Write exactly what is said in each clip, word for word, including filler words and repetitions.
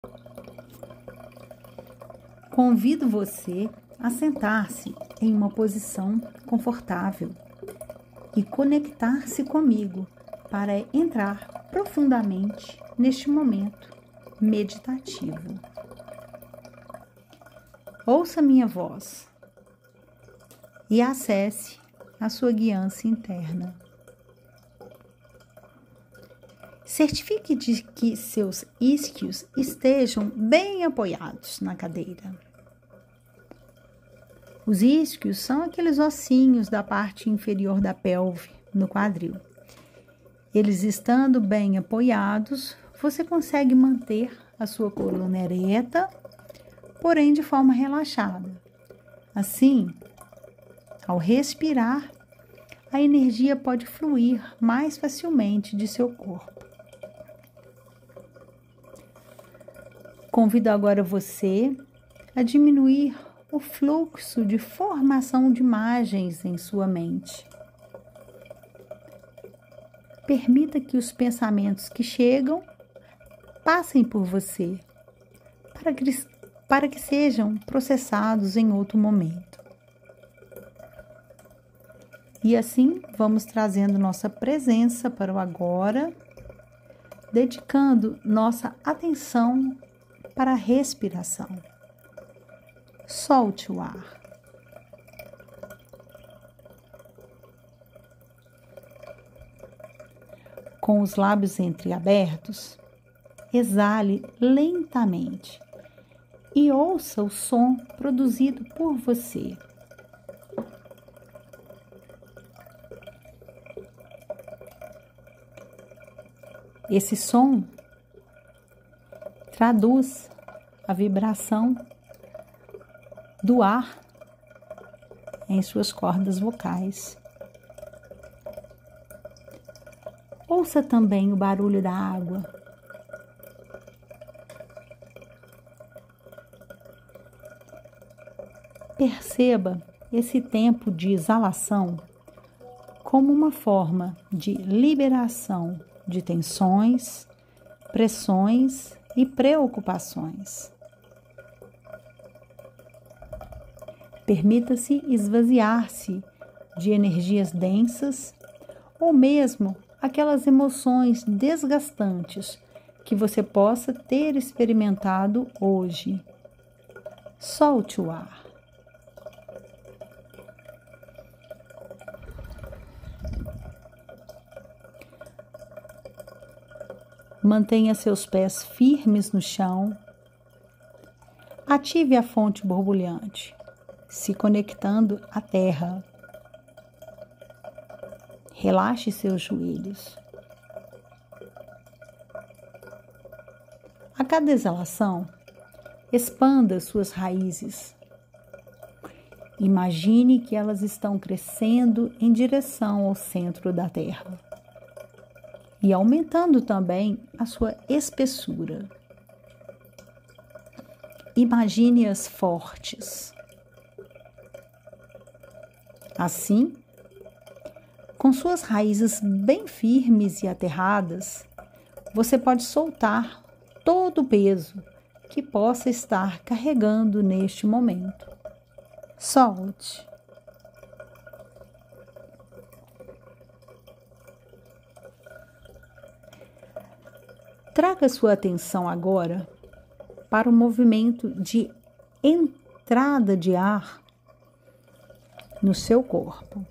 Convido você a sentar-se em uma posição confortável e conectar-se comigo para entrar profundamente neste momento meditativo. Ouça minha voz e acesse a sua guiança interna. Certifique de que seus isquios estejam bem apoiados na cadeira. Os isquios são aqueles ossinhos da parte inferior da pelve, no quadril. Eles estando bem apoiados, você consegue manter a sua coluna ereta, porém de forma relaxada. Assim, ao respirar, a energia pode fluir mais facilmente de seu corpo. Convido agora você a diminuir o fluxo de formação de imagens em sua mente. Permita que os pensamentos que chegam passem por você, para que, para que sejam processados em outro momento. E assim vamos trazendo nossa presença para o agora, dedicando nossa atenção para a respiração. Solte o ar. Com os lábios entreabertos, exale lentamente e ouça o som produzido por você. Esse som traduz a vibração do ar em suas cordas vocais. Ouça também o barulho da água. Perceba esse tempo de exalação como uma forma de liberação de tensões, pressões e preocupações. Permita-se esvaziar-se de energias densas ou mesmo aquelas emoções desgastantes que você possa ter experimentado hoje. Solte o ar. Mantenha seus pés firmes no chão. Ative a fonte borbulhante, se conectando à terra. Relaxe seus joelhos. A cada exalação, expanda suas raízes. Imagine que elas estão crescendo em direção ao centro da terra e aumentando também a sua espessura. Imagine-as fortes. Assim, com suas raízes bem firmes e aterradas, você pode soltar todo o peso que possa estar carregando neste momento. Solte. Traga sua atenção agora para o movimento de entrada de ar no seu corpo.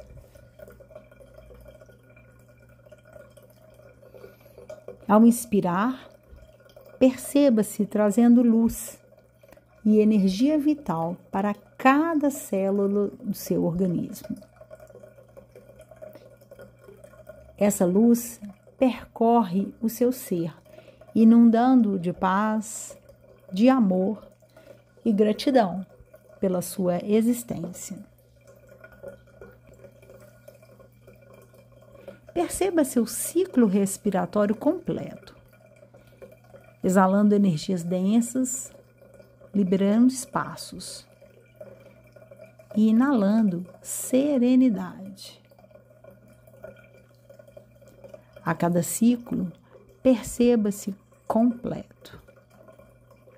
Ao inspirar, perceba-se trazendo luz e energia vital para cada célula do seu organismo. Essa luz percorre o seu ser, inundando-o de paz, de amor e gratidão pela sua existência. Perceba seu ciclo respiratório completo, exalando energias densas, liberando espaços e inalando serenidade. A cada ciclo, perceba-se completo.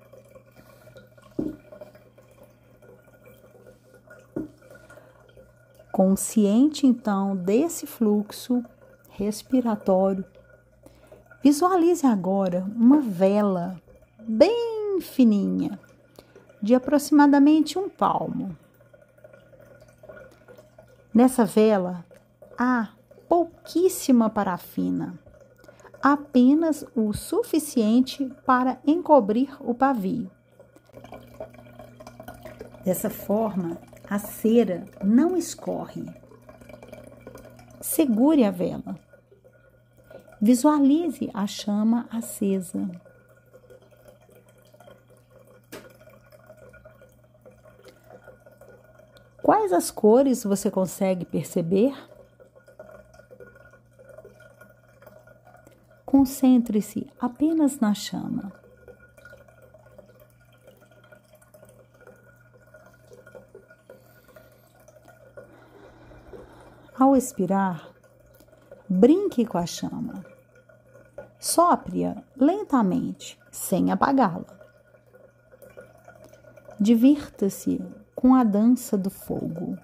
Consciente, então, desse fluxo respiratório, visualize agora uma vela bem fininha, de aproximadamente um palmo. Nessa vela há pouquíssima parafina, apenas o suficiente para encobrir o pavio. Dessa forma, a cera não escorre. Segure a vela. Visualize a chama acesa. Quais as cores você consegue perceber? Concentre-se apenas na chama. Ao expirar, brinque com a chama. Sopre-a lentamente, sem apagá-la. Divirta-se com a dança do fogo.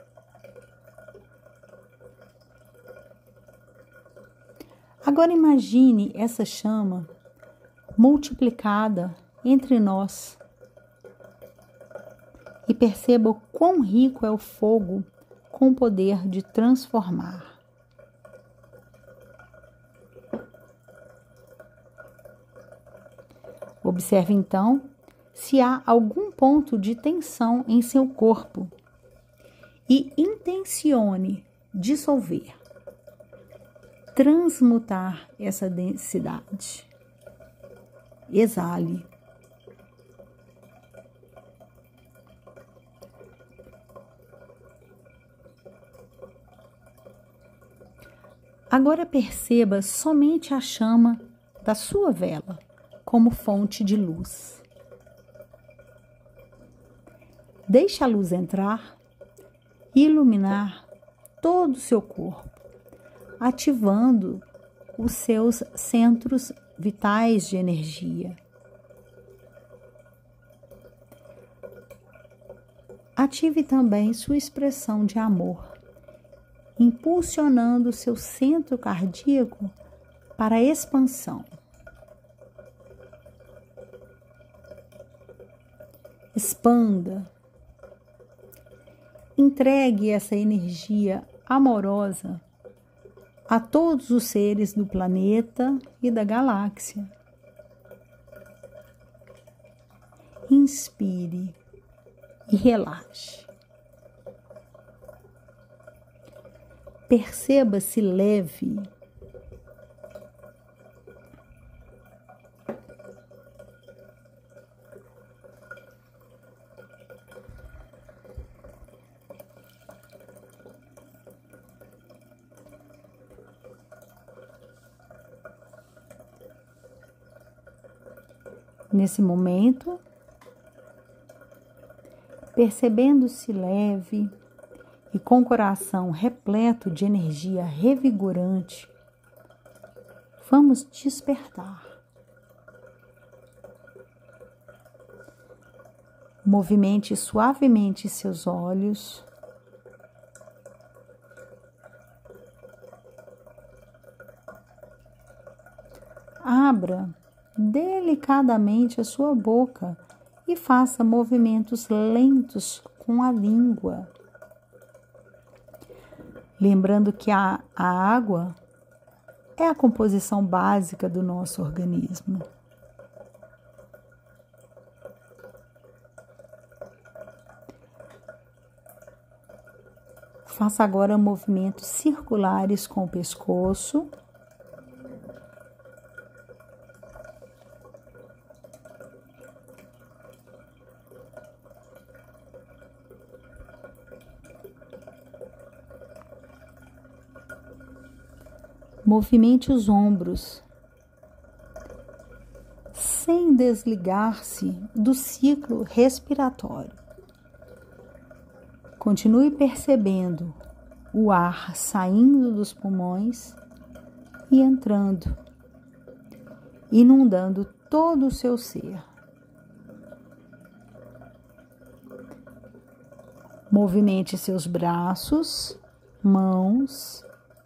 Agora imagine essa chama multiplicada entre nós e perceba o quão rico é o fogo com o poder de transformar. Observe então se há algum ponto de tensão em seu corpo e intencione dissolver, transmutar essa densidade. Exale. Agora perceba somente a chama da sua vela como fonte de luz. Deixe a luz entrar e iluminar todo o seu corpo, ativando os seus centros vitais de energia. Ative também sua expressão de amor, impulsionando o seu centro cardíaco para a expansão. Expanda. Entregue essa energia amorosa a todos os seres do planeta e da galáxia. Inspire e relaxe. Perceba-se leve. Nesse momento, percebendo-se leve e com o coração repleto de energia revigorante, vamos despertar. Movimente suavemente seus olhos. Abra delicadamente a sua boca e faça movimentos lentos com a língua. Lembrando que a, a água é a composição básica do nosso organismo. Faça agora movimentos circulares com o pescoço. Movimente os ombros, sem desligar-se do ciclo respiratório. Continue percebendo o ar saindo dos pulmões e entrando, inundando todo o seu ser. Movimente seus braços, mãos.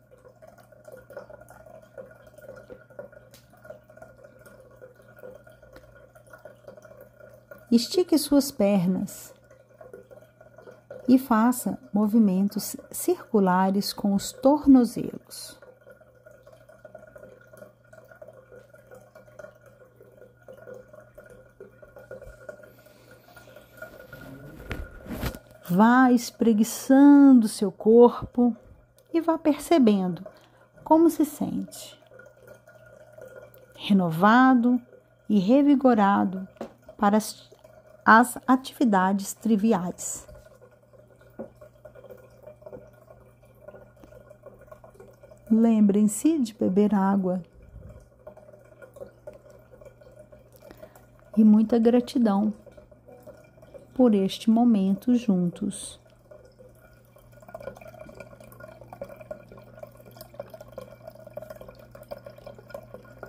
Estique suas pernas e faça movimentos circulares com os tornozelos. Vá espreguiçando seu corpo e vá percebendo como se sente. Renovado e revigorado para as, as atividades triviais. Lembrem-se de beber água. E muita gratidão por este momento juntos.